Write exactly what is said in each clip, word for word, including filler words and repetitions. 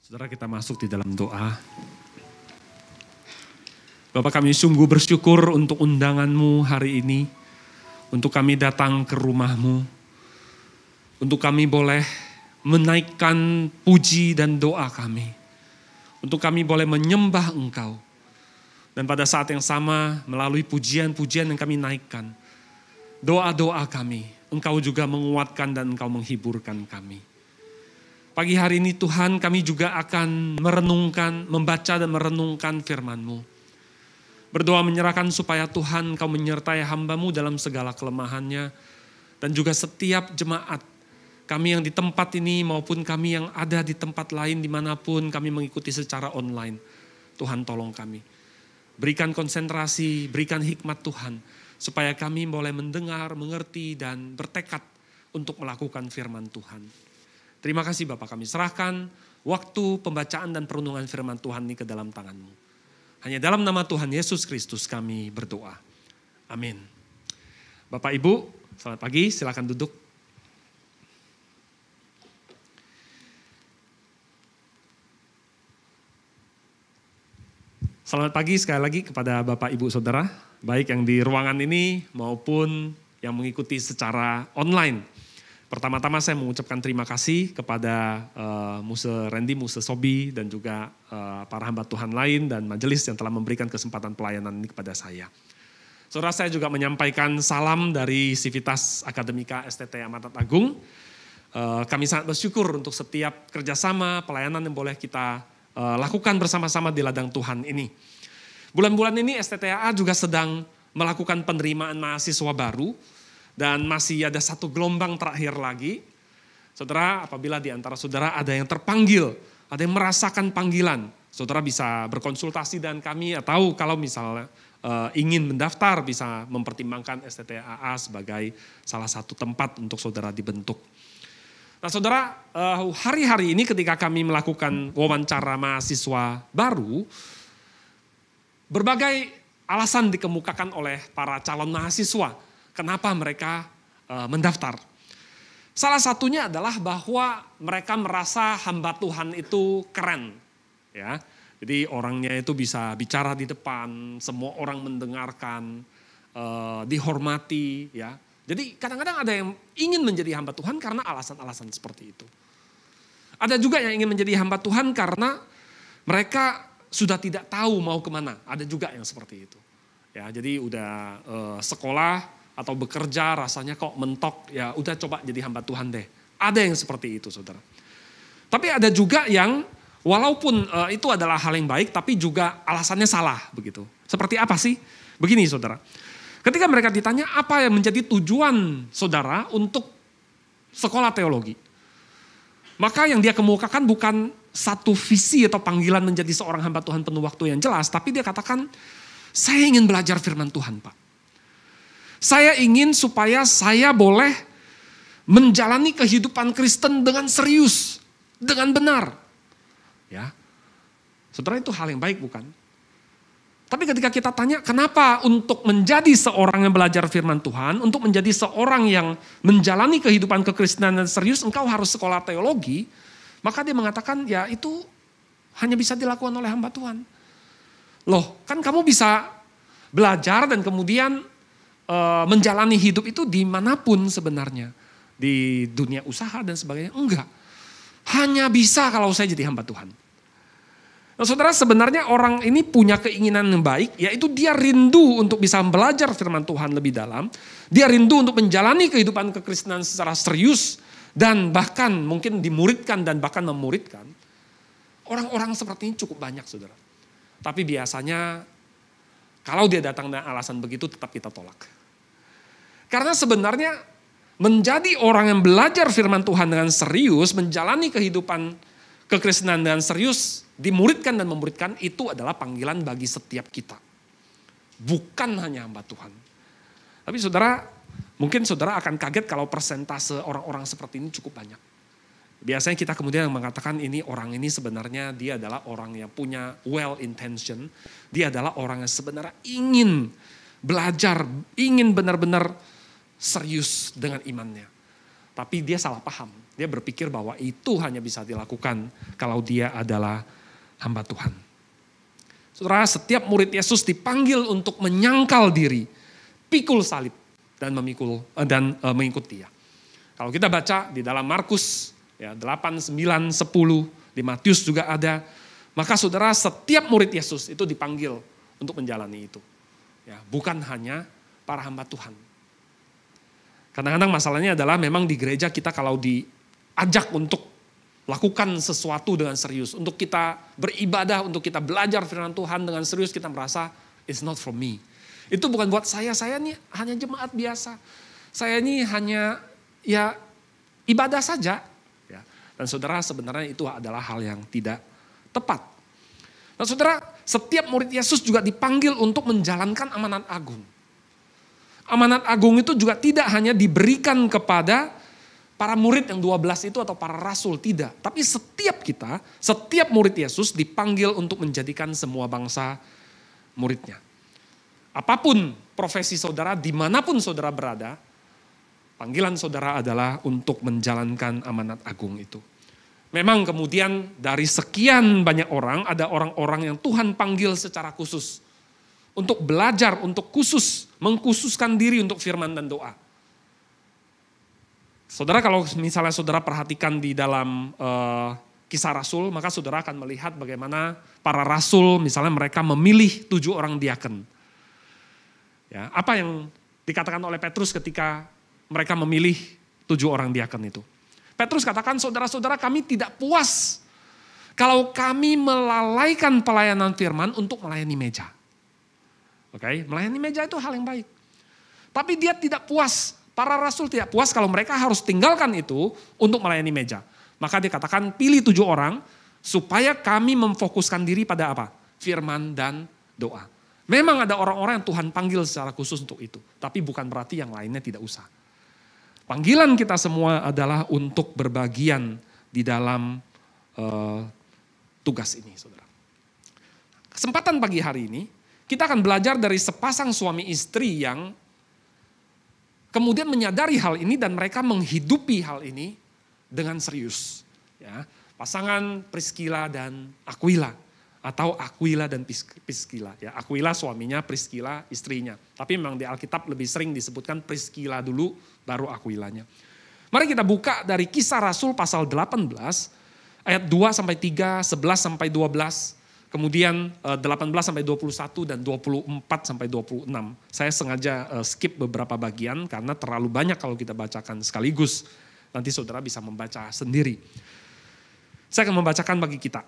Saudara, kita masuk di dalam doa. Bapak, kami sungguh bersyukur untuk undangan-Mu hari ini. Untuk kami datang ke rumah-Mu. Untuk kami boleh menaikkan puji dan doa kami. Untuk kami boleh menyembah Engkau. Dan pada saat yang sama melalui pujian-pujian yang kami naikkan. Doa-doa kami, Engkau juga menguatkan dan Engkau menghiburkan kami. Pagi hari ini Tuhan, kami juga akan merenungkan, membaca dan merenungkan firman-Mu. Berdoa menyerahkan supaya Tuhan Engkau menyertai hamba-Mu dalam segala kelemahannya. Dan juga setiap jemaat kami yang di tempat ini maupun kami yang ada di tempat lain dimanapun kami mengikuti secara online. Tuhan tolong kami. Berikan konsentrasi, berikan hikmat Tuhan. Supaya kami boleh mendengar, mengerti dan bertekad untuk melakukan firman Tuhan. Terima kasih Bapak, kami serahkan waktu pembacaan dan perenungan firman Tuhan ini ke dalam tangan-Mu. Hanya dalam nama Tuhan Yesus Kristus kami berdoa. Amin. Bapak Ibu, selamat pagi, silakan duduk. Selamat pagi sekali lagi kepada Bapak Ibu Saudara, baik yang di ruangan ini maupun yang mengikuti secara online. Pertama-tama saya mengucapkan terima kasih kepada uh, Muse Randy, Muse Sobi, dan juga uh, para hamba Tuhan lain dan majelis yang telah memberikan kesempatan pelayanan ini kepada saya. Saudara, saya juga menyampaikan salam dari Civitas Akademika S T T Amanat Agung. Uh, kami sangat bersyukur untuk setiap kerjasama pelayanan yang boleh kita uh, lakukan bersama-sama di ladang Tuhan ini. Bulan-bulan ini S T T A A juga sedang melakukan penerimaan mahasiswa baru. Dan masih ada satu gelombang terakhir lagi. Saudara, apabila di antara saudara ada yang terpanggil, ada yang merasakan panggilan, saudara bisa berkonsultasi dengan kami atau kalau misalnya uh, ingin mendaftar bisa mempertimbangkan S T T A A sebagai salah satu tempat untuk saudara dibentuk. Nah saudara, uh, hari-hari ini ketika kami melakukan wawancara mahasiswa baru, berbagai alasan dikemukakan oleh para calon mahasiswa. Kenapa mereka uh, mendaftar? Salah satunya adalah bahwa mereka merasa hamba Tuhan itu keren. Ya, jadi orangnya itu bisa bicara di depan, semua orang mendengarkan, uh, dihormati. Ya, jadi kadang-kadang ada yang ingin menjadi hamba Tuhan karena alasan-alasan seperti itu. Ada juga yang ingin menjadi hamba Tuhan karena mereka sudah tidak tahu mau kemana. Ada juga yang seperti itu. Ya, jadi udah uh, sekolah atau bekerja rasanya kok mentok, ya udah coba jadi hamba Tuhan deh. Ada yang seperti itu saudara. Tapi ada juga yang walaupun uh, itu adalah hal yang baik tapi juga alasannya salah begitu. Seperti apa sih? Begini saudara. Ketika mereka ditanya apa yang menjadi tujuan saudara untuk sekolah teologi. Maka yang dia kemukakan bukan satu visi atau panggilan menjadi seorang hamba Tuhan penuh waktu yang jelas. Tapi dia katakan saya ingin belajar firman Tuhan Pak. Saya ingin supaya saya boleh menjalani kehidupan Kristen dengan serius, dengan benar. Ya, saudara itu hal yang baik bukan? Tapi ketika kita tanya kenapa untuk menjadi seorang yang belajar firman Tuhan, untuk menjadi seorang yang menjalani kehidupan kekristenan dengan serius, engkau harus sekolah teologi. Maka dia mengatakan ya itu hanya bisa dilakukan oleh hamba Tuhan. Loh kan kamu bisa belajar dan kemudian menjalani hidup itu dimanapun sebenarnya. Di dunia usaha dan sebagainya. Enggak. Hanya bisa kalau saya jadi hamba Tuhan. Nah saudara sebenarnya orang ini punya keinginan yang baik. Yaitu dia rindu untuk bisa belajar firman Tuhan lebih dalam. Dia rindu untuk menjalani kehidupan kekristenan secara serius. Dan bahkan mungkin dimuridkan dan bahkan memuridkan. Orang-orang seperti ini cukup banyak saudara. Tapi biasanya kalau dia datang dengan alasan begitu tetap kita tolak. Karena sebenarnya menjadi orang yang belajar firman Tuhan dengan serius, menjalani kehidupan kekristenan dengan serius, dimuridkan dan memuridkan itu adalah panggilan bagi setiap kita. Bukan hanya hamba Tuhan. Tapi saudara, mungkin saudara akan kaget kalau persentase orang-orang seperti ini cukup banyak. Biasanya kita kemudian mengatakan ini orang ini sebenarnya dia adalah orang yang punya well intention. Dia adalah orang yang sebenarnya ingin belajar, ingin benar-benar serius dengan imannya. Tapi dia salah paham. Dia berpikir bahwa itu hanya bisa dilakukan kalau dia adalah hamba Tuhan. Saudara, setiap murid Yesus dipanggil untuk menyangkal diri, pikul salib dan memikul dan uh, mengikut dia. Kalau kita baca di dalam Markus ya delapan, sembilan, sepuluh, di Matius juga ada, maka saudara setiap murid Yesus itu dipanggil untuk menjalani itu. Ya, bukan hanya para hamba Tuhan. Kadang-kadang masalahnya adalah memang di gereja kita kalau diajak untuk lakukan sesuatu dengan serius, untuk kita beribadah, untuk kita belajar firman Tuhan dengan serius, kita merasa it's not from me. Itu bukan buat saya, saya ini hanya jemaat biasa. Saya ini hanya ya ibadah saja. Ya. Dan saudara sebenarnya itu adalah hal yang tidak tepat. Nah saudara, setiap murid Yesus juga dipanggil untuk menjalankan amanat agung. Amanat agung itu juga tidak hanya diberikan kepada para murid yang dua belas itu atau para rasul, tidak. Tapi setiap kita, setiap murid Yesus dipanggil untuk menjadikan semua bangsa muridnya. Apapun profesi saudara, dimanapun saudara berada, panggilan saudara adalah untuk menjalankan amanat agung itu. Memang kemudian dari sekian banyak orang, ada orang-orang yang Tuhan panggil secara khusus. Untuk belajar, untuk khusus, mengkhususkan diri untuk firman dan doa. Saudara kalau misalnya saudara perhatikan di dalam uh, Kisah Rasul, maka saudara akan melihat bagaimana para rasul misalnya mereka memilih tujuh orang diaken. Ya, apa yang dikatakan oleh Petrus ketika mereka memilih tujuh orang diaken itu? Petrus katakan, saudara-saudara kami tidak puas kalau kami melalaikan pelayanan firman untuk melayani meja. Oke, okay? Melayani meja itu hal yang baik. Tapi dia tidak puas, para rasul tidak puas kalau mereka harus tinggalkan itu untuk melayani meja. Maka dia katakan pilih tujuh orang supaya kami memfokuskan diri pada apa? Firman dan doa. Memang ada orang-orang yang Tuhan panggil secara khusus untuk itu. Tapi bukan berarti yang lainnya tidak usah. Panggilan kita semua adalah untuk berbagian di dalam uh, tugas ini, saudara. Kesempatan pagi hari ini, kita akan belajar dari sepasang suami istri yang kemudian menyadari hal ini dan mereka menghidupi hal ini dengan serius. Ya, pasangan Priscilla dan Aquila atau Aquila dan Priscilla. Ya, Aquila suaminya, Priscilla istrinya. Tapi memang di Alkitab lebih sering disebutkan Priscilla dulu, baru Aquilanya. Mari kita buka dari Kisah Rasul pasal delapan belas ayat dua sampai tiga, sebelas sampai dua belas. Kemudian delapan belas sampai dua puluh satu dan dua puluh empat sampai dua puluh enam. Saya sengaja skip beberapa bagian karena terlalu banyak kalau kita bacakan sekaligus. Nanti saudara bisa membaca sendiri. Saya akan membacakan bagi kita.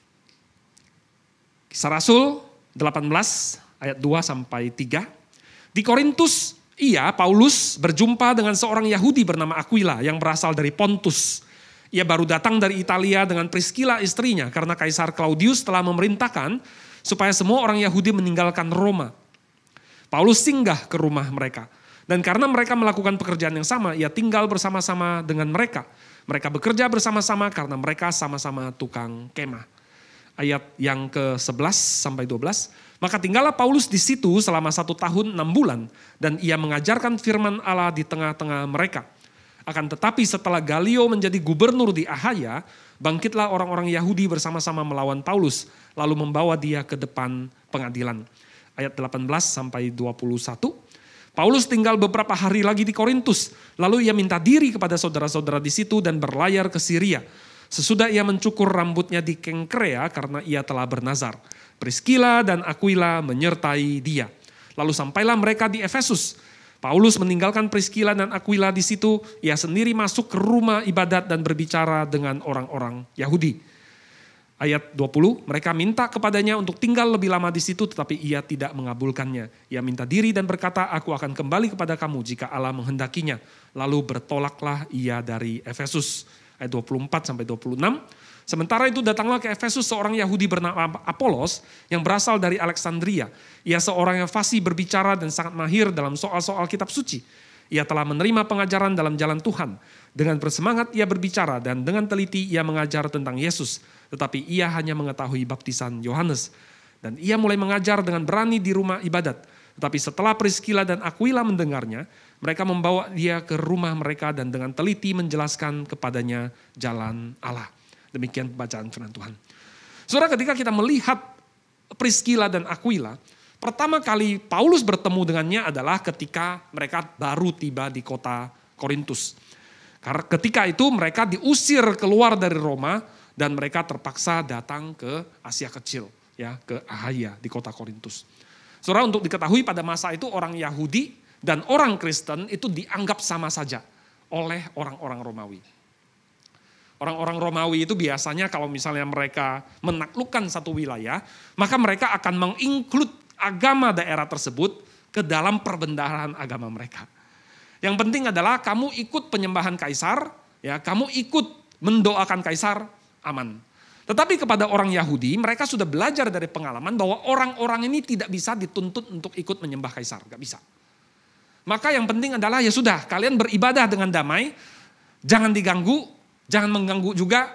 Kisah Rasul delapan belas ayat dua sampai tiga. Di Korintus, ia Paulus berjumpa dengan seorang Yahudi bernama Aquila yang berasal dari Pontus. Ia baru datang dari Italia dengan Priscilla istrinya karena Kaisar Claudius telah memerintahkan supaya semua orang Yahudi meninggalkan Roma. Paulus singgah ke rumah mereka. Dan karena mereka melakukan pekerjaan yang sama, ia tinggal bersama-sama dengan mereka. Mereka bekerja bersama-sama karena mereka sama-sama tukang kemah. Ayat yang ke sebelas sampai dua belas. Maka tinggallah Paulus di situ selama satu tahun enam bulan. Dan ia mengajarkan firman Allah di tengah-tengah mereka. Akan tetapi setelah Galio menjadi gubernur di Ahaya, bangkitlah orang-orang Yahudi bersama-sama melawan Paulus, lalu membawa dia ke depan pengadilan. Ayat delapan belas sampai dua puluh satu. Paulus tinggal beberapa hari lagi di Korintus, lalu ia minta diri kepada saudara-saudara di situ dan berlayar ke Syria. Sesudah ia mencukur rambutnya di Kengkrea karena ia telah bernazar. Priscilla dan Aquila menyertai dia. Lalu sampailah mereka di Efesus. Paulus meninggalkan Priscilla dan Aquila di situ, ia sendiri masuk ke rumah ibadat dan berbicara dengan orang-orang Yahudi. Ayat dua puluh, mereka minta kepadanya untuk tinggal lebih lama di situ, tetapi ia tidak mengabulkannya. Ia minta diri dan berkata, aku akan kembali kepada kamu jika Allah menghendakinya. Lalu bertolaklah ia dari Efesus. Ayat dua puluh empat sampai dua puluh enam. Sementara itu datanglah ke Efesus seorang Yahudi bernama Apolos yang berasal dari Alexandria. Ia seorang yang fasih berbicara dan sangat mahir dalam soal-soal kitab suci. Ia telah menerima pengajaran dalam jalan Tuhan. Dengan bersemangat ia berbicara dan dengan teliti ia mengajar tentang Yesus. Tetapi ia hanya mengetahui baptisan Yohanes. Dan ia mulai mengajar dengan berani di rumah ibadat. Tetapi setelah Priscilla dan Aquila mendengarnya, Mereka membawa dia ke rumah mereka dan dengan teliti menjelaskan kepadanya jalan Allah. Demikian pembacaan firman Tuhan. Saudara, ketika kita melihat Priskila dan Aquila, pertama kali Paulus bertemu dengannya adalah ketika mereka baru tiba di kota Korintus. Karena ketika itu mereka diusir keluar dari Roma dan mereka terpaksa datang ke Asia Kecil, ya, ke Ahaya di kota Korintus. Saudara, untuk diketahui pada masa itu orang Yahudi dan orang Kristen itu dianggap sama saja oleh orang-orang Romawi. Orang-orang Romawi itu biasanya kalau misalnya mereka menaklukkan satu wilayah, maka mereka akan menginclude agama daerah tersebut ke dalam perbendaharaan agama mereka. Yang penting adalah kamu ikut penyembahan kaisar, ya, kamu ikut mendoakan kaisar, aman. Tetapi kepada orang Yahudi, mereka sudah belajar dari pengalaman bahwa orang-orang ini tidak bisa dituntut untuk ikut menyembah kaisar, gak bisa. Maka yang penting adalah ya sudah, kalian beribadah dengan damai, jangan diganggu, jangan mengganggu juga,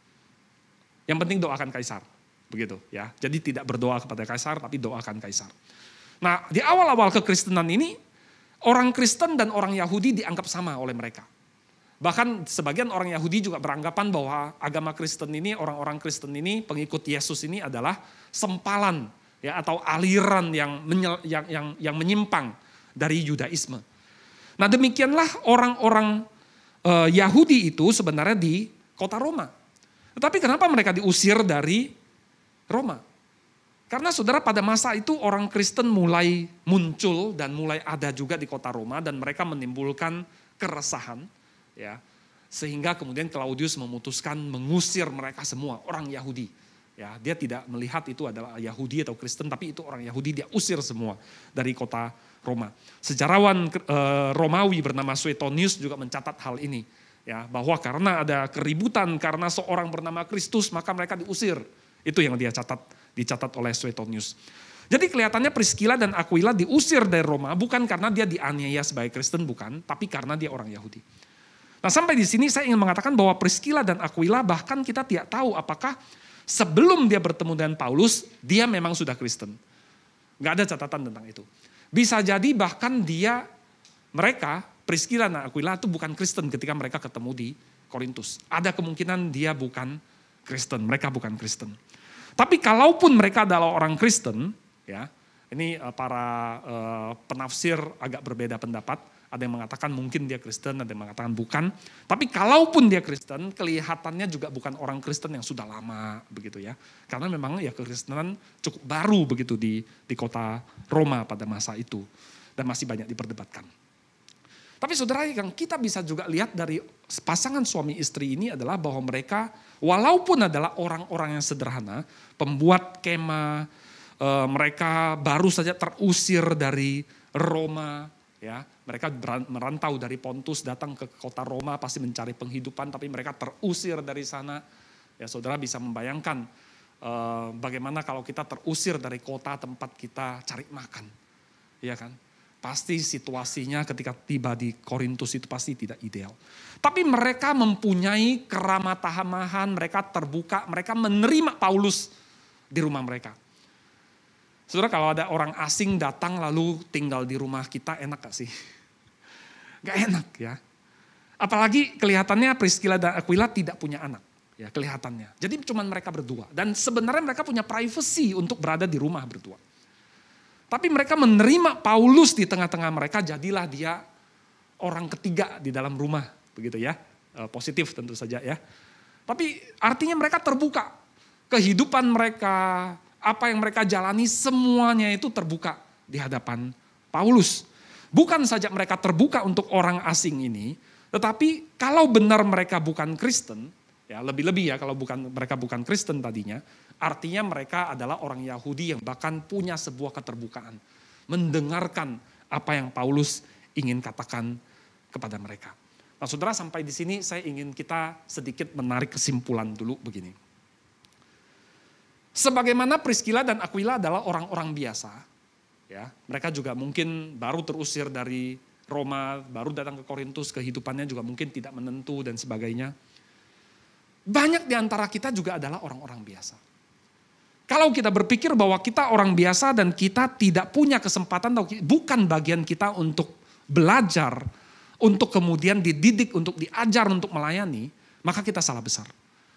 yang penting doakan kaisar. Begitu ya. Jadi tidak berdoa kepada kaisar, tapi doakan kaisar. Nah, di awal-awal kekristenan ini, orang Kristen dan orang Yahudi dianggap sama oleh mereka. Bahkan sebagian orang Yahudi juga beranggapan bahwa agama Kristen ini, orang-orang Kristen ini, pengikut Yesus ini adalah sempalan ya, atau aliran yang, menyel, yang, yang, yang menyimpang dari Yudaisme. Nah, demikianlah orang-orang uh, Yahudi itu sebenarnya di kota Roma. Tetapi kenapa mereka diusir dari Roma? Karena saudara, pada masa itu orang Kristen mulai muncul dan mulai ada juga di kota Roma dan mereka menimbulkan keresahan, ya, sehingga kemudian Claudius memutuskan mengusir mereka semua, orang Yahudi. Ya, dia tidak melihat itu adalah Yahudi atau Kristen, tapi itu orang Yahudi, dia usir semua dari kota Roma. Sejarawan e, Romawi bernama Suetonius juga mencatat hal ini, ya, bahwa karena ada keributan karena seorang bernama Kristus, maka mereka diusir. Itu yang dia catat, dicatat oleh Suetonius. Jadi kelihatannya Priskila dan Aquila diusir dari Roma bukan karena dia dianiaya sebagai Kristen, bukan, tapi karena dia orang Yahudi. Nah, sampai di sini saya ingin mengatakan bahwa Priskila dan Aquila bahkan kita tidak tahu apakah sebelum dia bertemu dengan Paulus, dia memang sudah Kristen. Gak ada catatan tentang itu. Bisa jadi bahkan dia, mereka, Priskila dan Aquila itu bukan Kristen ketika mereka ketemu di Korintus. Ada kemungkinan dia bukan Kristen, mereka bukan Kristen. Tapi kalaupun mereka adalah orang Kristen, ya, ini para uh, penafsir agak berbeda pendapat. Ada yang mengatakan mungkin dia Kristen, ada yang mengatakan bukan. Tapi kalaupun dia Kristen, kelihatannya juga bukan orang Kristen yang sudah lama, begitu ya. Karena memang ya kekristenan cukup baru begitu di di kota Roma pada masa itu dan masih banyak diperdebatkan. Tapi saudara, yang kita bisa juga lihat dari pasangan suami istri ini adalah bahwa mereka walaupun adalah orang-orang yang sederhana, pembuat kemah, e, mereka baru saja terusir dari Roma, ya, mereka merantau dari Pontus datang ke kota Roma pasti mencari penghidupan, tapi mereka terusir dari sana. Ya, saudara bisa membayangkan e, bagaimana kalau kita terusir dari kota tempat kita cari makan, ya kan? Pasti situasinya ketika tiba di Korintus itu pasti tidak ideal. Tapi mereka mempunyai keramah tamahan, mereka terbuka, mereka menerima Paulus di rumah mereka. Saudara, kalau ada orang asing datang lalu tinggal di rumah kita, enak gak sih? Gak enak ya. Apalagi kelihatannya Priskila dan Aquila tidak punya anak. Ya, kelihatannya. Jadi cuma mereka berdua. Dan sebenarnya mereka punya privacy untuk berada di rumah berdua. Tapi mereka menerima Paulus di tengah-tengah mereka, jadilah dia orang ketiga di dalam rumah, begitu ya. E, positif tentu saja ya. Tapi artinya mereka terbuka. Kehidupan mereka, apa yang mereka jalani, semuanya itu terbuka di hadapan Paulus. Bukan saja mereka terbuka untuk orang asing ini, tetapi kalau benar mereka bukan Kristen, ya lebih-lebih ya kalau bukan mereka bukan Kristen tadinya, artinya mereka adalah orang Yahudi yang bahkan punya sebuah keterbukaan. Mendengarkan apa yang Paulus ingin katakan kepada mereka. Nah saudara, sampai di sini saya ingin kita sedikit menarik kesimpulan dulu begini. Sebagaimana Priskila dan Aquila adalah orang-orang biasa. Ya, mereka juga mungkin baru terusir dari Roma, baru datang ke Korintus, kehidupannya juga mungkin tidak menentu dan sebagainya. Banyak di antara kita juga adalah orang-orang biasa. Kalau kita berpikir bahwa kita orang biasa dan kita tidak punya kesempatan, bukan bagian kita untuk belajar untuk kemudian dididik, untuk diajar, untuk melayani, maka kita salah besar.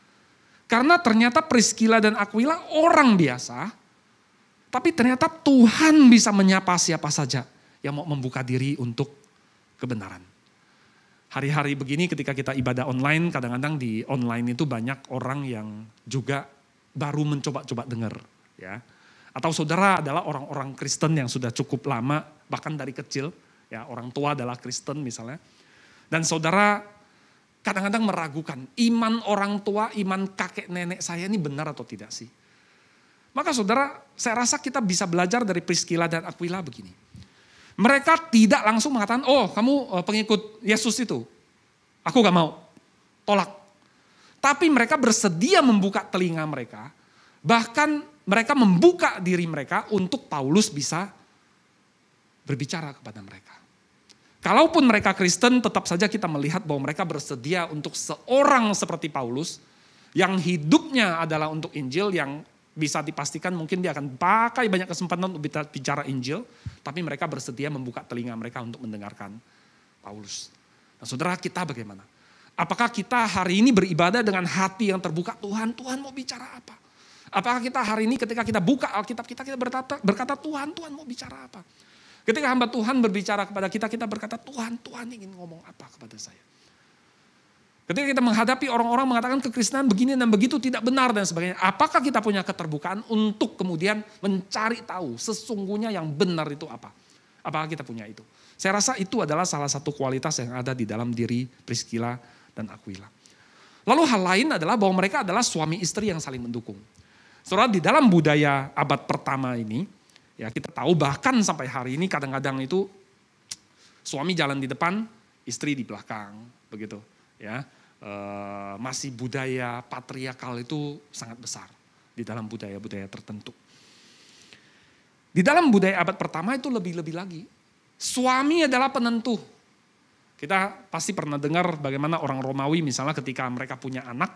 Karena ternyata Priscilla dan Aquila orang biasa, tapi ternyata Tuhan bisa menyapa siapa saja yang mau membuka diri untuk kebenaran. Hari-hari begini ketika kita ibadah online, kadang-kadang di online itu banyak orang yang juga baru mencoba-coba dengar. Ya. Atau saudara adalah orang-orang Kristen yang sudah cukup lama, bahkan dari kecil. Ya, orang tua adalah Kristen misalnya. Dan saudara kadang-kadang meragukan, iman orang tua, iman kakek nenek saya ini benar atau tidak sih? Maka saudara, saya rasa kita bisa belajar dari Priscilla dan Aquila begini. Mereka tidak langsung mengatakan, oh kamu pengikut Yesus itu. Aku gak mau, tolak. Tapi mereka bersedia membuka telinga mereka. Bahkan mereka membuka diri mereka untuk Paulus bisa berbicara kepada mereka. Kalaupun mereka Kristen, tetap saja kita melihat bahwa mereka bersedia untuk seorang seperti Paulus. Yang hidupnya adalah untuk Injil, yang bisa dipastikan mungkin dia akan pakai banyak kesempatan untuk bicara Injil. Tapi mereka bersedia membuka telinga mereka untuk mendengarkan Paulus. Nah saudara, kita bagaimana? Apakah kita hari ini beribadah dengan hati yang terbuka? Tuhan, Tuhan mau bicara apa? Apakah kita hari ini ketika kita buka Alkitab kita, kita berkata, berkata Tuhan, Tuhan mau bicara apa? Ketika hamba Tuhan berbicara kepada kita, kita berkata Tuhan, Tuhan ingin ngomong apa kepada saya? Ketika kita menghadapi orang-orang mengatakan kekristenan begini dan begitu tidak benar dan sebagainya. Apakah kita punya keterbukaan untuk kemudian mencari tahu sesungguhnya yang benar itu apa? Apakah kita punya itu? Saya rasa itu adalah salah satu kualitas yang ada di dalam diri Priscilla dan Aquila. Lalu hal lain adalah bahwa mereka adalah suami istri yang saling mendukung. Saudara, di dalam budaya abad pertama ini, ya kita tahu bahkan sampai hari ini kadang-kadang itu suami jalan di depan, istri di belakang, begitu ya. E, masih budaya patriarkal itu sangat besar di dalam budaya-budaya tertentu. Di dalam budaya abad pertama itu lebih-lebih lagi. Suami adalah penentu. Kita pasti pernah dengar bagaimana orang Romawi misalnya ketika mereka punya anak,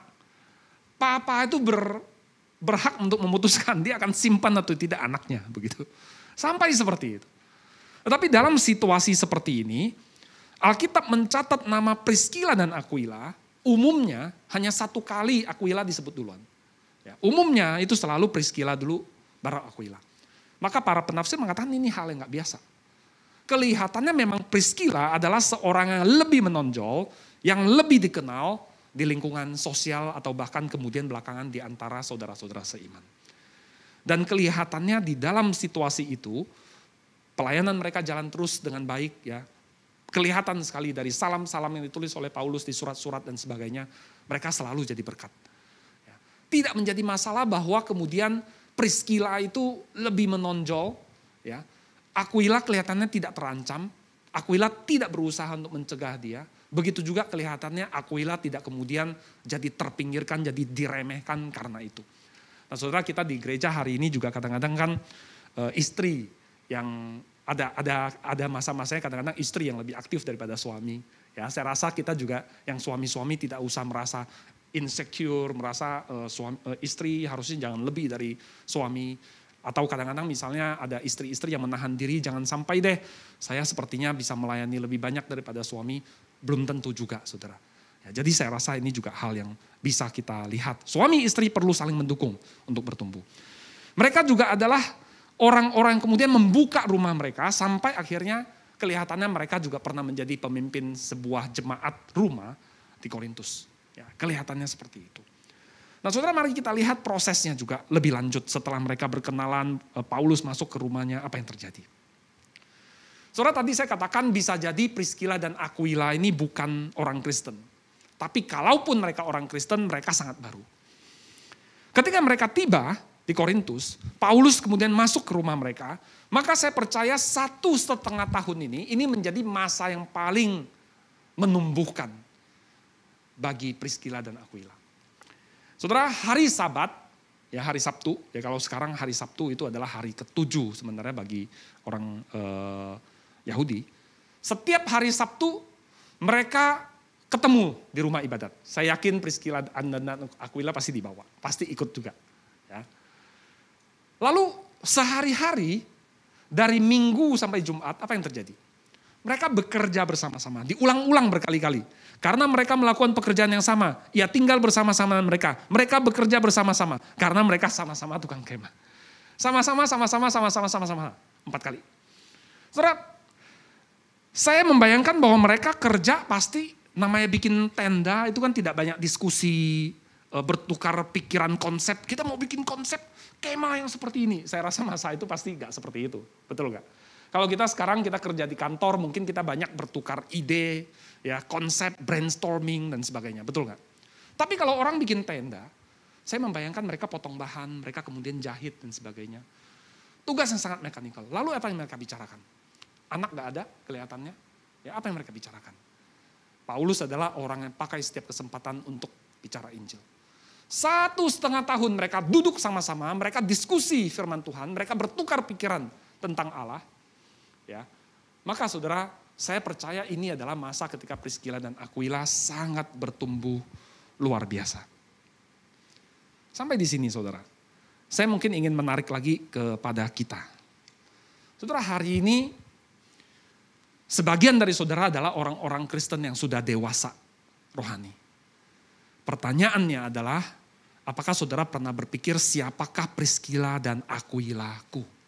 papa itu ber, berhak untuk memutuskan dia akan simpan atau tidak anaknya, begitu. Sampai seperti itu. Tetapi dalam situasi seperti ini, Alkitab mencatat nama Priscilla dan Aquila. Umumnya hanya satu kali Aquila disebut duluan. Ya, umumnya itu selalu Priscilla dulu, baru Aquila. Maka para penafsir mengatakan ini hal yang gak biasa. Kelihatannya memang Priscilla adalah seorang yang lebih menonjol, yang lebih dikenal di lingkungan sosial atau bahkan kemudian belakangan di antara saudara-saudara seiman. Dan kelihatannya di dalam situasi itu, pelayanan mereka jalan terus dengan baik ya. Kelihatan sekali dari salam-salam yang ditulis oleh Paulus di surat-surat dan sebagainya, mereka selalu jadi berkat. Ya. Tidak menjadi masalah bahwa kemudian Priscilla itu lebih menonjol, ya. Aquila kelihatannya tidak terancam, Aquila tidak berusaha untuk mencegah dia, begitu juga kelihatannya Aquila tidak kemudian jadi terpinggirkan, jadi diremehkan karena itu. Nah saudara, kita di gereja hari ini juga kadang-kadang kan e, istri yang Ada ada ada masa-masanya kadang-kadang istri yang lebih aktif daripada suami. Ya, saya rasa kita juga yang suami-suami tidak usah merasa insecure, merasa uh, suami, uh, istri harusnya jangan lebih dari suami. Atau kadang-kadang misalnya ada istri-istri yang menahan diri, jangan sampai deh saya sepertinya bisa melayani lebih banyak daripada suami. Belum tentu juga saudara. Ya, jadi saya rasa ini juga hal yang bisa kita lihat. Suami istri perlu saling mendukung untuk bertumbuh. Mereka juga adalah orang-orang yang kemudian membuka rumah mereka sampai akhirnya kelihatannya mereka juga pernah menjadi pemimpin sebuah jemaat rumah di Korintus. Ya, kelihatannya seperti itu. Nah saudara, mari kita lihat prosesnya juga lebih lanjut setelah mereka berkenalan, Paulus masuk ke rumahnya, apa yang terjadi. Saudara, tadi saya katakan bisa jadi Priscilla dan Aquila ini bukan orang Kristen. Tapi kalaupun mereka orang Kristen, mereka sangat baru. Ketika mereka tiba di Korintus, Paulus kemudian masuk ke rumah mereka, maka saya percaya satu setengah tahun ini, ini menjadi masa yang paling menumbuhkan bagi Priscilla dan Aquila. Saudara, hari Sabat, ya hari Sabtu, ya kalau sekarang hari Sabtu itu adalah hari ketujuh sebenarnya bagi orang eh, Yahudi. Setiap hari Sabtu mereka ketemu di rumah ibadat. Saya yakin Priscilla dan Aquila pasti dibawa, pasti ikut juga. Ya. Lalu sehari-hari dari Minggu sampai Jumat apa yang terjadi? Mereka bekerja bersama-sama, diulang-ulang berkali-kali. Karena mereka melakukan pekerjaan yang sama, ia tinggal bersama-sama dengan mereka. Mereka bekerja bersama-sama, karena mereka sama-sama tukang kemah. Sama-sama, sama-sama, sama-sama, sama-sama. Empat kali. Saudara, saya membayangkan bahwa mereka kerja pasti namanya bikin tenda, itu kan tidak banyak diskusi, bertukar pikiran konsep. Kita mau bikin konsep kemah yang seperti ini. Saya rasa masa itu pasti gak seperti itu, betul gak? Kalau kita sekarang kita kerja di kantor, mungkin kita banyak bertukar ide, ya konsep, brainstorming dan sebagainya, betul nggak? Tapi kalau orang bikin tenda, saya membayangkan mereka potong bahan, mereka kemudian jahit dan sebagainya. Tugas yang sangat mekanikal. Lalu apa yang mereka bicarakan? Anak nggak ada kelihatannya, ya apa yang mereka bicarakan? Paulus adalah orang yang pakai setiap kesempatan untuk bicara Injil. Satu setengah tahun mereka duduk sama-sama, mereka diskusi firman Tuhan, mereka bertukar pikiran tentang Allah. Ya, maka saudara, saya percaya ini adalah masa ketika Priscilla dan Aquila sangat bertumbuh luar biasa. Sampai di sini saudara, saya mungkin ingin menarik lagi kepada kita. Saudara, hari ini sebagian dari saudara adalah orang-orang Kristen yang sudah dewasa rohani. Pertanyaannya adalah, apakah saudara pernah berpikir siapakah Priscilla dan Aquila-ku?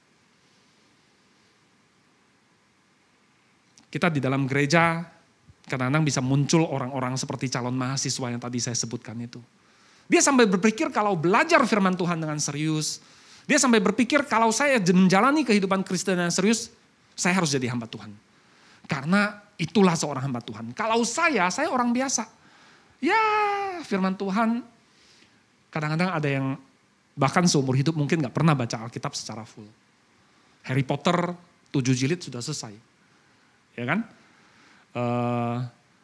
Kita di dalam gereja kadang-kadang bisa muncul orang-orang seperti calon mahasiswa yang tadi saya sebutkan itu. Dia sampai berpikir kalau belajar firman Tuhan dengan serius. Dia sampai berpikir kalau saya menjalani kehidupan Kristen yang serius, saya harus jadi hamba Tuhan. Karena itulah seorang hamba Tuhan. Kalau saya, saya orang biasa. Ya firman Tuhan, kadang-kadang ada yang bahkan seumur hidup mungkin gak pernah baca Alkitab secara full. Harry Potter tujuh jilid sudah selesai. Ya kan? Uh,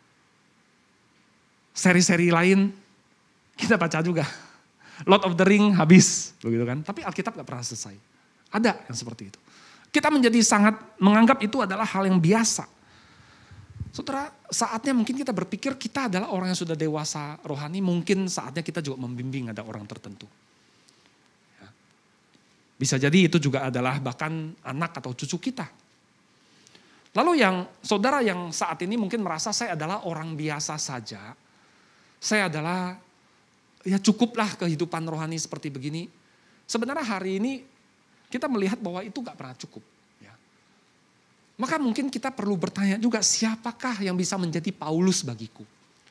seri-seri lain kita baca juga. Lord of the Ring habis, begitu kan? Tapi Alkitab gak pernah selesai. Ada yang seperti itu. Kita menjadi sangat menganggap itu adalah hal yang biasa. Saudara, saatnya mungkin kita berpikir kita adalah orang yang sudah dewasa rohani, mungkin saatnya kita juga membimbing ada orang tertentu. Ya. Bisa jadi itu juga adalah bahkan anak atau cucu kita. Lalu yang saudara yang saat ini mungkin merasa saya adalah orang biasa saja. Saya adalah, ya cukuplah kehidupan rohani seperti begini. Sebenarnya hari ini kita melihat bahwa itu gak pernah cukup. Ya. Maka mungkin kita perlu bertanya juga, siapakah yang bisa menjadi Paulus bagiku?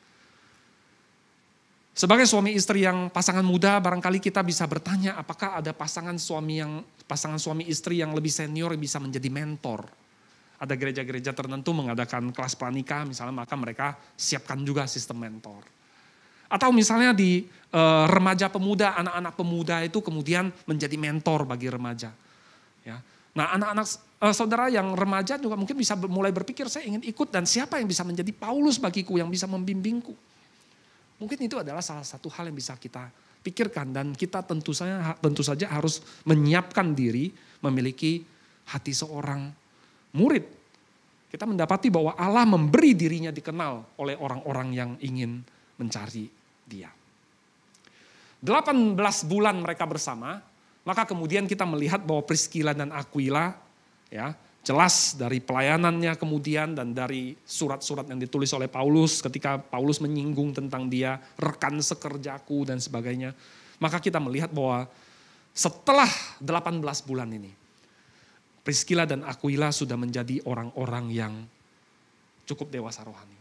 Sebagai suami istri yang pasangan muda, barangkali kita bisa bertanya apakah ada pasangan suami yang pasangan suami istri yang lebih senior yang bisa menjadi mentor. Ada gereja-gereja tertentu mengadakan kelas pranikah, misalnya maka mereka siapkan juga sistem mentor. Atau misalnya di e, remaja pemuda, anak-anak pemuda itu kemudian menjadi mentor bagi remaja. Ya. Nah anak-anak e, saudara yang remaja juga mungkin bisa mulai berpikir, saya ingin ikut dan siapa yang bisa menjadi Paulus bagiku, yang bisa membimbingku. Mungkin itu adalah salah satu hal yang bisa kita pikirkan dan kita tentu saja, tentu saja harus menyiapkan diri memiliki hati seorang murid. Kita mendapati bahwa Allah memberi dirinya dikenal oleh orang-orang yang ingin mencari dia. delapan belas bulan mereka bersama, maka kemudian kita melihat bahwa Priscilla dan Aquila, ya jelas dari pelayanannya kemudian dan dari surat-surat yang ditulis oleh Paulus ketika Paulus menyinggung tentang dia, rekan sekerjaku dan sebagainya. Maka kita melihat bahwa setelah delapan belas bulan ini, Priscilla dan Aquila sudah menjadi orang-orang yang cukup dewasa rohani.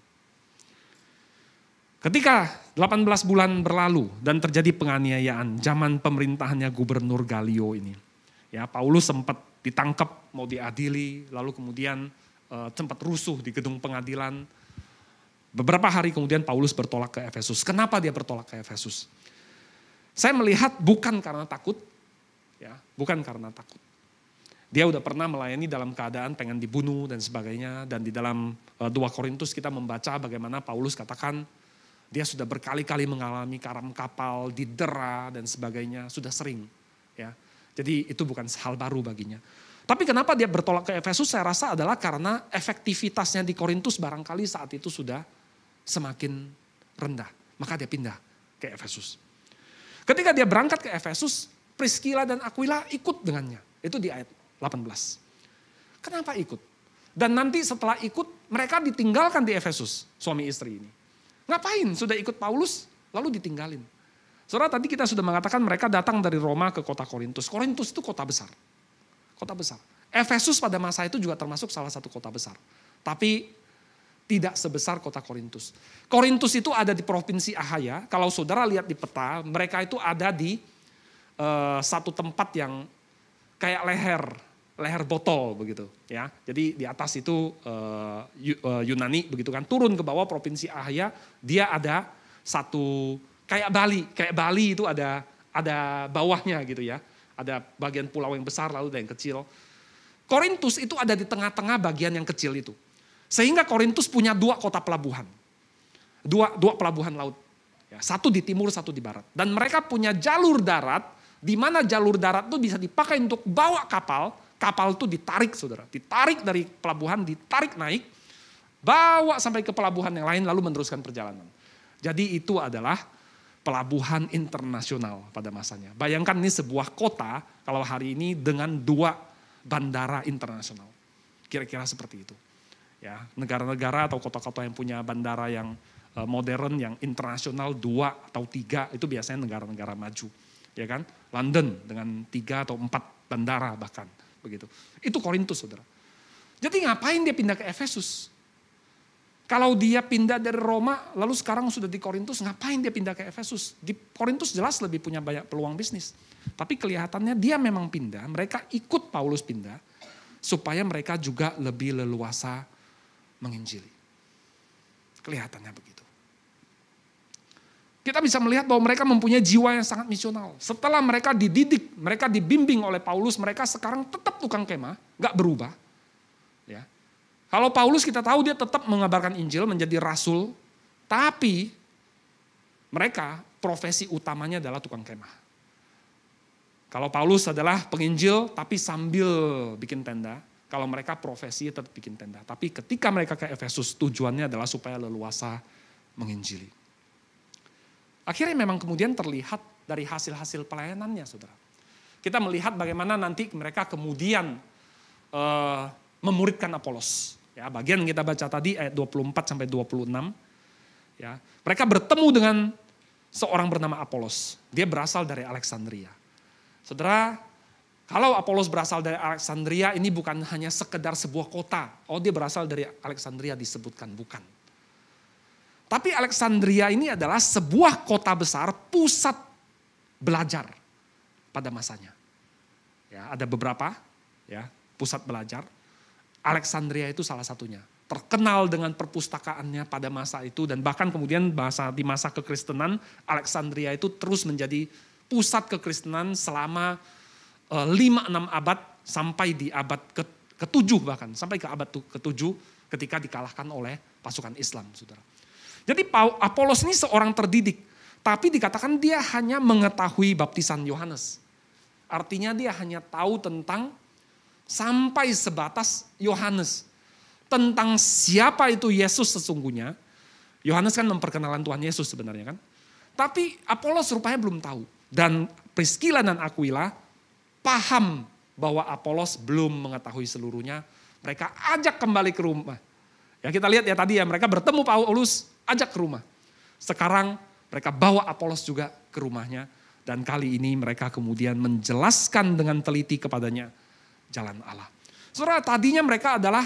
Ketika delapan belas bulan berlalu dan terjadi penganiayaan zaman pemerintahannya Gubernur Galio ini. Ya, Paulus sempat ditangkap, mau diadili, lalu kemudian e, sempat rusuh di gedung pengadilan. Beberapa hari kemudian Paulus bertolak ke Efesus. Kenapa dia bertolak ke Efesus? Saya melihat bukan karena takut, ya, bukan karena takut. Dia udah pernah melayani dalam keadaan pengen dibunuh dan sebagainya. Dan di dalam dua Korintus kita membaca bagaimana Paulus katakan dia sudah berkali-kali mengalami karam kapal, didera dan sebagainya. Sudah sering. Ya. Jadi itu bukan hal baru baginya. Tapi kenapa dia bertolak ke Efesus saya rasa adalah karena efektivitasnya di Korintus barangkali saat itu sudah semakin rendah. Maka dia pindah ke Efesus. Ketika dia berangkat ke Efesus, Priscilla dan Aquila ikut dengannya. Itu di ayat delapan belas. Kenapa ikut? Dan nanti setelah ikut, mereka ditinggalkan di Efesus, suami istri ini. Ngapain sudah ikut Paulus, lalu ditinggalin. Saudara, tadi kita sudah mengatakan mereka datang dari Roma ke kota Korintus. Korintus itu kota besar. Kota besar. Efesus pada masa itu juga termasuk salah satu kota besar. Tapi tidak sebesar kota Korintus. Korintus itu ada di provinsi Ahaya. Kalau saudara lihat di peta, mereka itu ada di uh, satu tempat yang kayak leher. leher botol begitu ya. Jadi di atas itu uh, Yunani begitu kan, turun ke bawah provinsi Ahaya, dia ada satu kayak Bali, kayak Bali itu ada ada bawahnya gitu ya. Ada bagian pulau yang besar lalu ada yang kecil. Korintus itu ada di tengah-tengah bagian yang kecil itu. Sehingga Korintus punya dua kota pelabuhan. Dua dua pelabuhan laut. Ya, satu di timur, satu di barat. Dan mereka punya jalur darat, di mana jalur darat itu bisa dipakai untuk bawa kapal. Kapal itu ditarik saudara, ditarik dari pelabuhan, ditarik naik, bawa sampai ke pelabuhan yang lain lalu meneruskan perjalanan. Jadi itu adalah pelabuhan internasional pada masanya. Bayangkan ini sebuah kota kalau hari ini dengan dua bandara internasional. Kira-kira seperti itu. Ya, negara-negara atau kota-kota yang punya bandara yang modern, yang internasional dua atau tiga itu biasanya negara-negara maju. Ya kan? London dengan tiga atau empat bandara bahkan. Begitu. Itu Korintus saudara. Jadi ngapain dia pindah ke Efesus? Kalau dia pindah dari Roma lalu sekarang sudah di Korintus, ngapain dia pindah ke Efesus? Di Korintus jelas lebih punya banyak peluang bisnis. Tapi kelihatannya dia memang pindah, mereka ikut Paulus pindah supaya mereka juga lebih leluasa menginjili. Kelihatannya begitu. Kita bisa melihat bahwa mereka mempunyai jiwa yang sangat misional. Setelah mereka dididik, mereka dibimbing oleh Paulus, mereka sekarang tetap tukang kemah, gak berubah. Ya. Kalau Paulus kita tahu dia tetap mengabarkan Injil, menjadi rasul, tapi mereka profesi utamanya adalah tukang kemah. Kalau Paulus adalah penginjil, tapi sambil bikin tenda. Kalau mereka profesi tetap bikin tenda. Tapi ketika mereka ke Efesus, tujuannya adalah supaya leluasa menginjili. Akhirnya memang kemudian terlihat dari hasil-hasil pelayanannya, saudara. Kita melihat bagaimana nanti mereka kemudian uh, memuridkan Apolos. Ya, bagian yang kita baca tadi ayat dua puluh empat sampai dua puluh enam. Ya, mereka bertemu dengan seorang bernama Apolos. Dia berasal dari Alexandria. Saudara, kalau Apolos berasal dari Alexandria, ini bukan hanya sekedar sebuah kota. Oh, dia berasal dari Alexandria disebutkan, bukan. Tapi Alexandria ini adalah sebuah kota besar, pusat belajar pada masanya. Ya, ada beberapa ya pusat belajar. Alexandria itu salah satunya. Terkenal dengan perpustakaannya pada masa itu dan bahkan kemudian bahasa di masa kekristenan Alexandria itu terus menjadi pusat kekristenan selama lima enam abad sampai di abad ke ketujuh bahkan sampai ke abad ketujuh ketika dikalahkan oleh pasukan Islam, saudara. Jadi Apolos ini seorang terdidik, tapi dikatakan dia hanya mengetahui baptisan Yohanes. Artinya dia hanya tahu tentang sampai sebatas Yohanes. Tentang siapa itu Yesus sesungguhnya. Yohanes kan memperkenalkan Tuhan Yesus sebenarnya kan. Tapi Apolos rupanya belum tahu. Dan Priscilla dan Aquila paham bahwa Apolos belum mengetahui seluruhnya. Mereka ajak kembali ke rumah. Ya kita lihat ya tadi ya mereka bertemu Paulus, ajak ke rumah. Sekarang mereka bawa Apolos juga ke rumahnya. Dan kali ini mereka kemudian menjelaskan dengan teliti kepadanya jalan Allah. Saudara, tadinya mereka adalah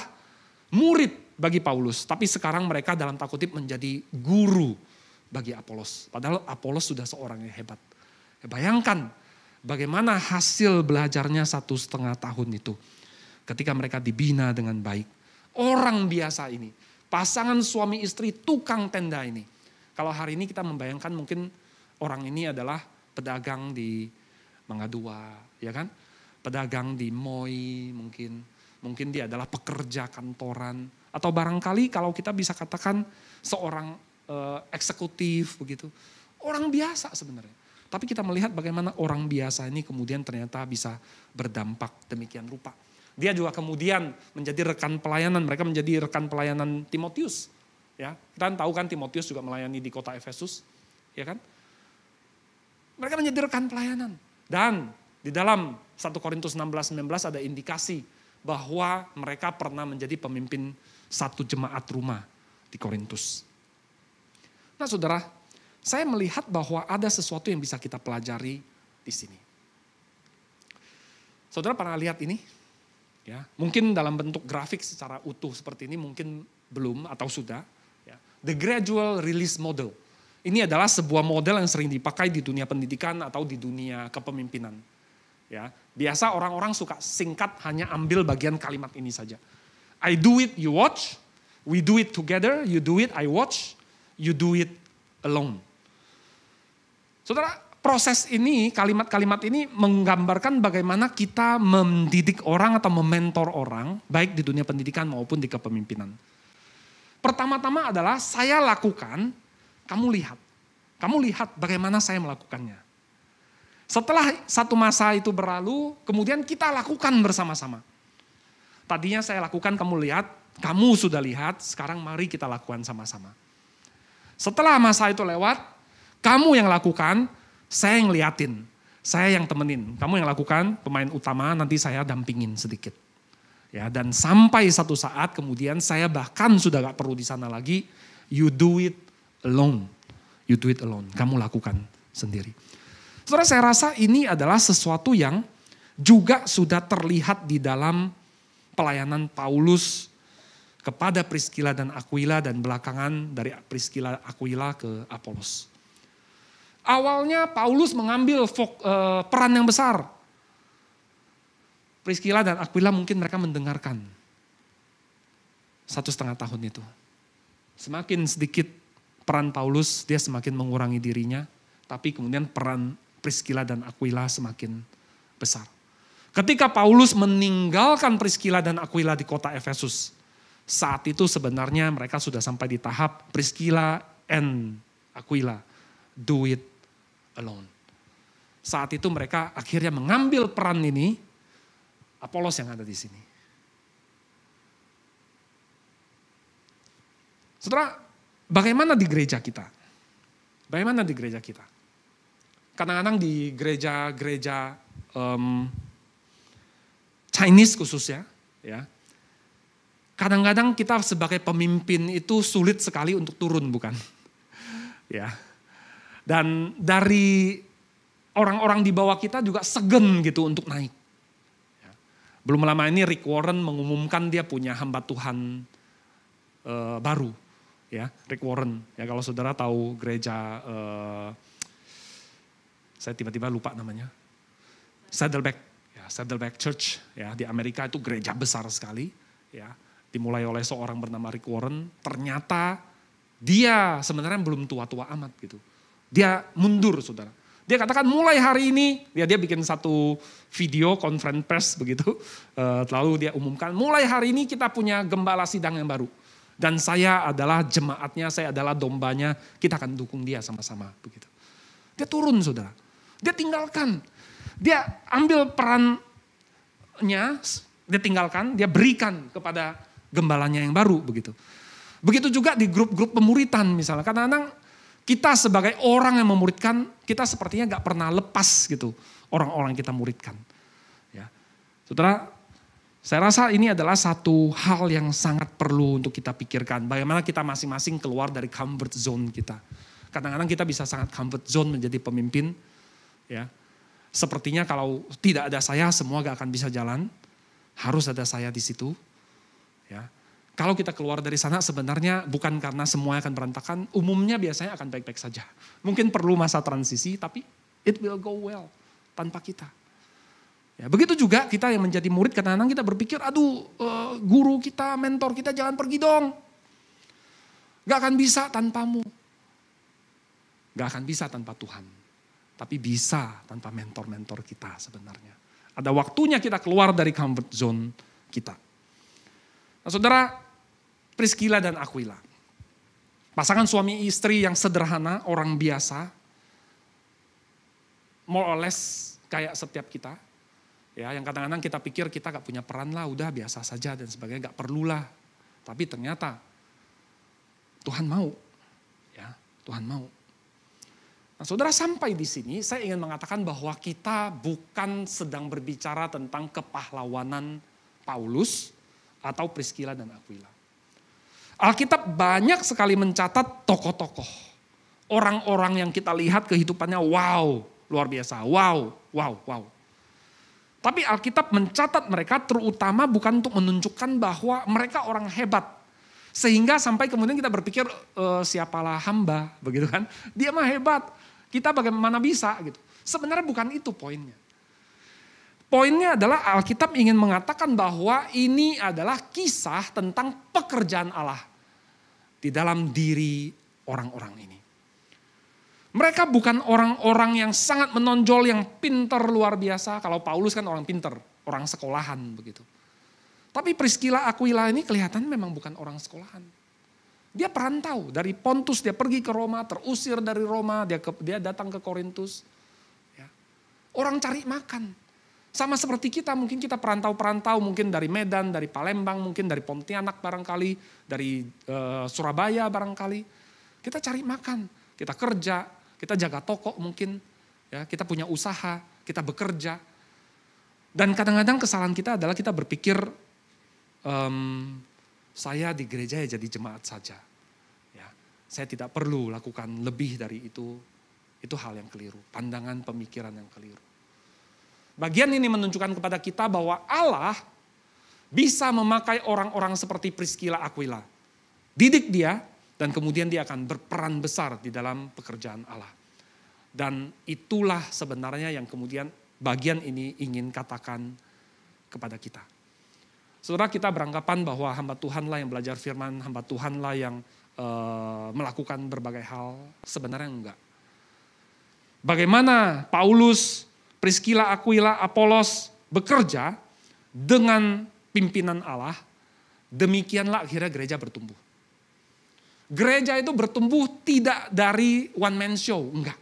murid bagi Paulus. Tapi sekarang mereka dalam tanda kutip menjadi guru bagi Apolos. Padahal Apolos sudah seorang yang hebat. Ya, bayangkan bagaimana hasil belajarnya satu setengah tahun itu. Ketika mereka dibina dengan baik. Orang biasa ini, pasangan suami istri tukang tenda ini. Kalau hari ini kita membayangkan mungkin orang ini adalah pedagang di Mangga Dua, ya kan? Pedagang di Moi mungkin. Mungkin dia adalah pekerja kantoran. Atau barangkali kalau kita bisa katakan seorang uh, eksekutif begitu. Orang biasa sebenarnya. Tapi kita melihat bagaimana orang biasa ini kemudian ternyata bisa berdampak demikian rupa. Dia juga kemudian menjadi rekan pelayanan, mereka menjadi rekan pelayanan Timotius. Ya, kita tahu kan Timotius juga melayani di kota Efesus, ya kan? Mereka menjadi rekan pelayanan. Dan di dalam satu Korintus enam belas sembilan belas ada indikasi bahwa mereka pernah menjadi pemimpin satu jemaat rumah di Korintus. Nah saudara, saya melihat bahwa ada sesuatu yang bisa kita pelajari di sini. Saudara pernah lihat ini? Ya, mungkin dalam bentuk grafik secara utuh seperti ini mungkin belum atau sudah. Ya. The Gradual Release Model. Ini adalah sebuah model yang sering dipakai di dunia pendidikan atau di dunia kepemimpinan. Ya, biasa orang-orang suka singkat hanya ambil bagian kalimat ini saja. I do it, you watch. We do it together, you do it, I watch. You do it alone. Saudara, proses ini, kalimat-kalimat ini menggambarkan bagaimana kita mendidik orang atau mementor orang, baik di dunia pendidikan maupun di kepemimpinan. Pertama-tama adalah saya lakukan, kamu lihat. Kamu lihat bagaimana saya melakukannya. Setelah satu masa itu berlalu, kemudian kita lakukan bersama-sama. Tadinya saya lakukan, kamu lihat, kamu sudah lihat, sekarang mari kita lakukan sama-sama. Setelah masa itu lewat, kamu yang lakukan, saya yang liatin, saya yang temenin. Kamu yang lakukan, pemain utama, nanti saya dampingin sedikit. Ya, dan sampai satu saat kemudian saya bahkan sudah gak perlu di sana lagi, you do it alone. You do it alone, kamu lakukan sendiri. Saudara, saya rasa ini adalah sesuatu yang juga sudah terlihat di dalam pelayanan Paulus kepada Priscilla dan Aquila dan belakangan dari Priscilla Aquila ke Apolos. Awalnya Paulus mengambil fok, uh, peran yang besar. Priscilla dan Aquila mungkin mereka mendengarkan satu setengah tahun itu. Semakin sedikit peran Paulus, dia semakin mengurangi dirinya. Tapi kemudian peran Priscilla dan Aquila semakin besar. Ketika Paulus meninggalkan Priscilla dan Aquila di kota Efesus, saat itu sebenarnya mereka sudah sampai di tahap Priscilla and Aquila do it alone. Saat itu mereka akhirnya mengambil peran ini, Apolos yang ada di sini. Saudara, bagaimana di gereja kita? Bagaimana di gereja kita? Kadang-kadang di gereja-gereja um, Chinese khususnya, ya. Kadang-kadang kita sebagai pemimpin itu sulit sekali untuk turun, bukan? Ya. Dan dari orang-orang di bawah kita juga segen gitu untuk naik. Ya. Belum lama ini Rick Warren mengumumkan dia punya hamba Tuhan uh, baru, ya, Rick Warren. Ya, kalau saudara tahu gereja, uh, saya tiba-tiba lupa namanya, Saddleback, ya, Saddleback Church, ya, di Amerika itu gereja besar sekali, ya. Dimulai oleh seorang bernama Rick Warren, ternyata dia sebenarnya belum tua-tua amat gitu. Dia mundur, saudara. Dia katakan mulai hari ini, ya dia bikin satu video conference press begitu, uh, lalu dia umumkan mulai hari ini kita punya gembala sidang yang baru. Dan saya adalah jemaatnya, saya adalah dombanya, kita akan dukung dia sama-sama begitu. Dia turun, saudara. Dia tinggalkan, dia ambil perannya, dia tinggalkan, dia berikan kepada gembalanya yang baru begitu. Begitu juga di grup-grup pemuritan misalnya. Kadang-kadang kita sebagai orang yang memuridkan, kita sepertinya gak pernah lepas gitu orang-orang yang kita muridkan. Ya. Saudara, saya rasa ini adalah satu hal yang sangat perlu untuk kita pikirkan. Bagaimana kita masing-masing keluar dari comfort zone kita. Kadang-kadang kita bisa sangat comfort zone menjadi pemimpin. Ya. Sepertinya kalau tidak ada saya semua gak akan bisa jalan. Harus ada saya di situ. Ya. Kalau kita keluar dari sana sebenarnya bukan karena semuanya akan berantakan, umumnya biasanya akan baik-baik saja. Mungkin perlu masa transisi tapi it will go well tanpa kita. Ya, begitu juga kita yang menjadi murid kadang-kadang kita berpikir, aduh uh, guru kita, mentor kita jangan pergi dong. Gak akan bisa tanpamu. Gak akan bisa tanpa Tuhan. Tapi bisa tanpa mentor-mentor kita sebenarnya. Ada waktunya kita keluar dari comfort zone kita. Nah, saudara, Priscilla dan Aquila. Pasangan suami istri yang sederhana, orang biasa. More or less kayak setiap kita. Ya, yang kadang-kadang kita pikir kita gak punya peran lah, udah biasa saja dan sebagainya, gak perlulah. Tapi ternyata Tuhan mau. Ya, Tuhan mau. Nah, saudara, sampai di sini saya ingin mengatakan bahwa kita bukan sedang berbicara tentang kepahlawanan Paulus atau Priscilla dan Aquila. Alkitab banyak sekali mencatat tokoh-tokoh. Orang-orang yang kita lihat kehidupannya wow, luar biasa. Wow, wow, wow. Tapi Alkitab mencatat mereka terutama bukan untuk menunjukkan bahwa mereka orang hebat. Sehingga sampai kemudian kita berpikir e, siapalah hamba, begitu kan. Dia mah hebat, kita bagaimana bisa gitu. Sebenarnya bukan itu poinnya. Poinnya adalah Alkitab ingin mengatakan bahwa ini adalah kisah tentang pekerjaan Allah di dalam diri orang-orang ini. Mereka bukan orang-orang yang sangat menonjol, yang pinter luar biasa. Kalau Paulus kan orang pinter, orang sekolahan begitu. Tapi Priscilla Aquila ini kelihatan memang bukan orang sekolahan. Dia perantau dari Pontus, dia pergi ke Roma, terusir dari Roma, dia, ke, dia datang ke Korintus. Ya. Orang cari makan. Sama seperti kita, mungkin kita perantau-perantau, mungkin dari Medan, dari Palembang, mungkin dari Pontianak barangkali, dari e, Surabaya barangkali. Kita cari makan, kita kerja, kita jaga toko mungkin, ya, kita punya usaha, kita bekerja. Dan kadang-kadang kesalahan kita adalah kita berpikir, ehm, saya di gereja ya jadi jemaat saja. Ya, saya tidak perlu lakukan lebih dari itu, itu hal yang keliru, pandangan pemikiran yang keliru. Bagian ini menunjukkan kepada kita bahwa Allah bisa memakai orang-orang seperti Priscilla Aquila. Didik dia dan kemudian dia akan berperan besar di dalam pekerjaan Allah. Dan itulah sebenarnya yang kemudian bagian ini ingin katakan kepada kita. Saudara, kita beranggapan bahwa hamba Tuhanlah yang belajar firman, hamba Tuhanlah yang e, melakukan berbagai hal. Sebenarnya enggak. Bagaimana Paulus, Priscilla Aquila, Apolos bekerja dengan pimpinan Allah, demikianlah akhirnya gereja bertumbuh. Gereja itu bertumbuh tidak dari one man show, enggak.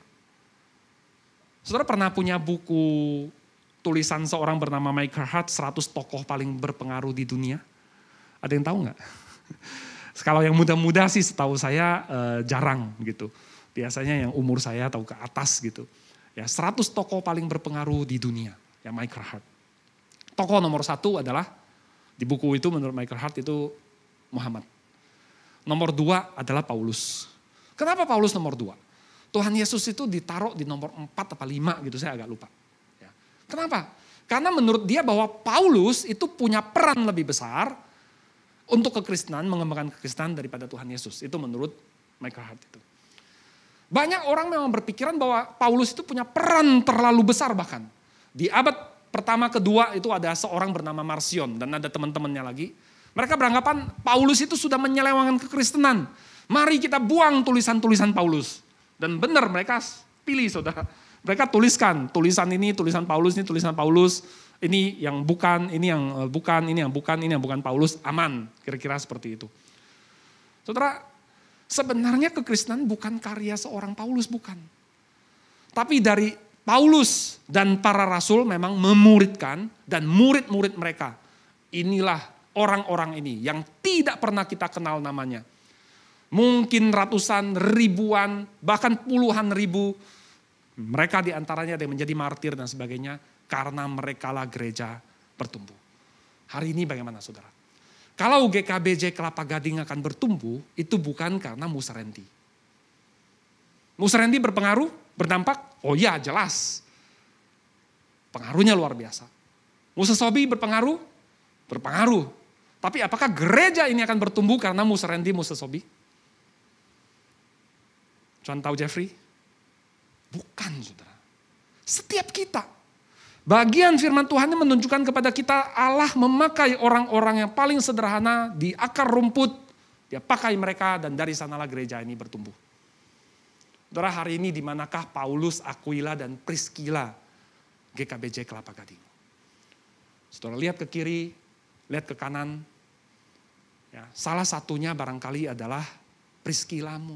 Saudara pernah punya buku tulisan seorang bernama Michael Hart, seratus tokoh paling berpengaruh di dunia? Ada yang tahu enggak? Kalau yang muda-muda sih setahu saya eh, jarang gitu. Biasanya yang umur saya atau ke atas gitu. Ya, seratus tokoh paling berpengaruh di dunia, ya Michael Hart. Tokoh nomor satu adalah, di buku itu menurut Michael Hart itu Muhammad. Nomor dua adalah Paulus. Kenapa Paulus nomor dua? Tuhan Yesus itu ditaruh di nomor empat atau lima gitu, saya agak lupa. Ya. Kenapa? Karena menurut dia bahwa Paulus itu punya peran lebih besar untuk kekristenan, mengembangkan kekristenan daripada Tuhan Yesus. Itu menurut Michael Hart itu. Banyak orang memang berpikiran bahwa Paulus itu punya peran terlalu besar bahkan. Di abad pertama kedua itu ada seorang bernama Marcion dan ada teman-temannya lagi. Mereka beranggapan Paulus itu sudah menyelewengkan kekristenan. Mari kita buang tulisan-tulisan Paulus. Dan benar mereka pilih saudara. Mereka tuliskan tulisan ini, tulisan Paulus, ini tulisan Paulus. Ini yang bukan, ini yang bukan, ini yang bukan, ini yang bukan Paulus. Aman, kira-kira seperti itu. Saudara, sebenarnya kekristenan bukan karya seorang Paulus, bukan. Tapi dari Paulus dan para rasul memang memuridkan dan murid-murid mereka. Inilah orang-orang ini yang tidak pernah kita kenal namanya. Mungkin ratusan, ribuan, bahkan puluhan ribu. Mereka diantaranya ada yang menjadi martir dan sebagainya. Karena merekalah gereja bertumbuh. Hari ini bagaimana saudara? Kalau G K B J Kelapa Gading akan bertumbuh, itu bukan karena Muserendi. Muserendi berpengaruh, berdampak? Oh iya jelas. Pengaruhnya luar biasa. Musesobi berpengaruh? Berpengaruh. Tapi apakah gereja ini akan bertumbuh karena Muserendi, Musesobi? Cuman tahu Jeffrey? Bukan saudara. Setiap kita. Bagian firman Tuhan menunjukkan kepada kita Allah memakai orang-orang yang paling sederhana di akar rumput. Dia pakai mereka dan dari sanalah gereja ini bertumbuh. Saudara, hari ini di manakah Paulus, Aquila dan Priscilla G K B J Kelapa Gading? Saudara lihat ke kiri, lihat ke kanan. Ya, salah satunya barangkali adalah Priscillamu.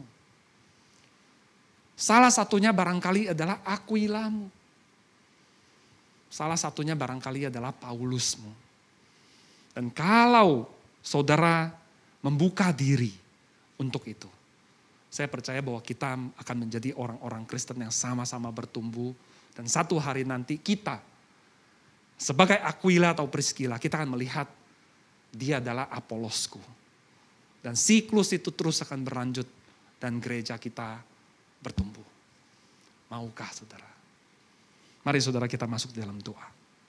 Salah satunya barangkali adalah Aquilamu. Salah satunya barangkali adalah Paulusmu. Dan kalau saudara membuka diri untuk itu, saya percaya bahwa kita akan menjadi orang-orang Kristen yang sama-sama bertumbuh. Dan satu hari nanti kita Sebagai Aquila atau Priscilla, kita akan melihat dia adalah Apolosku. Dan siklus itu terus akan berlanjut dan gereja kita bertumbuh. Maukah saudara? Mari saudara kita masuk dalam doa.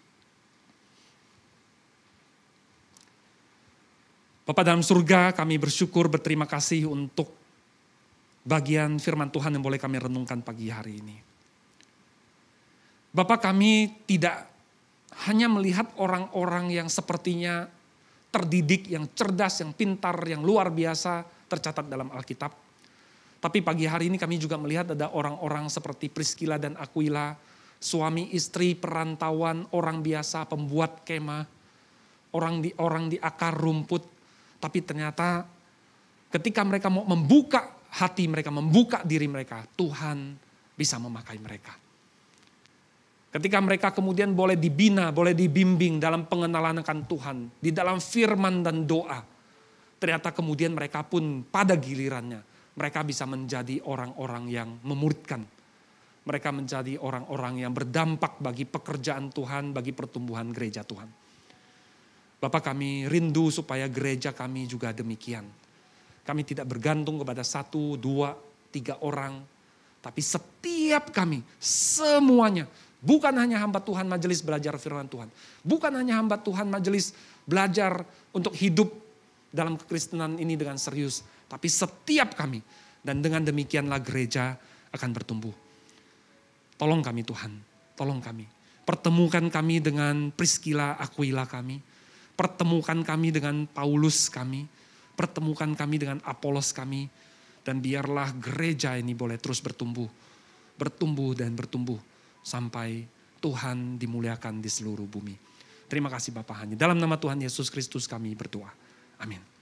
Bapa dalam surga, kami bersyukur, berterima kasih untuk bagian firman Tuhan yang boleh kami renungkan pagi hari ini. Bapa, kami tidak hanya melihat orang-orang yang sepertinya terdidik, yang cerdas, yang pintar, yang luar biasa tercatat dalam Alkitab. Tapi pagi hari ini kami juga melihat ada orang-orang seperti Priscilla dan Aquila, suami istri perantauan, orang biasa, pembuat kemah, orang di orang di akar rumput. Tapi ternyata ketika mereka mau membuka hati mereka, membuka diri mereka, Tuhan bisa memakai mereka. Ketika mereka kemudian boleh dibina, boleh dibimbing dalam pengenalan akan Tuhan, di dalam firman dan doa, ternyata kemudian mereka pun pada gilirannya, mereka bisa menjadi orang-orang yang memuridkan. Mereka menjadi orang-orang yang berdampak bagi pekerjaan Tuhan, bagi pertumbuhan gereja Tuhan. Bapak, kami rindu supaya gereja kami juga demikian. Kami tidak bergantung kepada satu, dua, tiga orang. Tapi setiap kami, semuanya. Bukan hanya hamba Tuhan majelis belajar firman Tuhan. Bukan hanya hamba Tuhan majelis belajar untuk hidup dalam kekristenan ini dengan serius. Tapi setiap kami. Dan dengan demikianlah gereja akan bertumbuh. Tolong kami Tuhan, tolong kami. Pertemukan kami dengan Priscilla, Aquila kami. Pertemukan kami dengan Paulus kami. Pertemukan kami dengan Apolos kami. Dan biarlah gereja ini boleh terus bertumbuh. Bertumbuh dan bertumbuh. Sampai Tuhan dimuliakan di seluruh bumi. Terima kasih Bapak, hanya dalam nama Tuhan Yesus Kristus kami berdoa. Amin.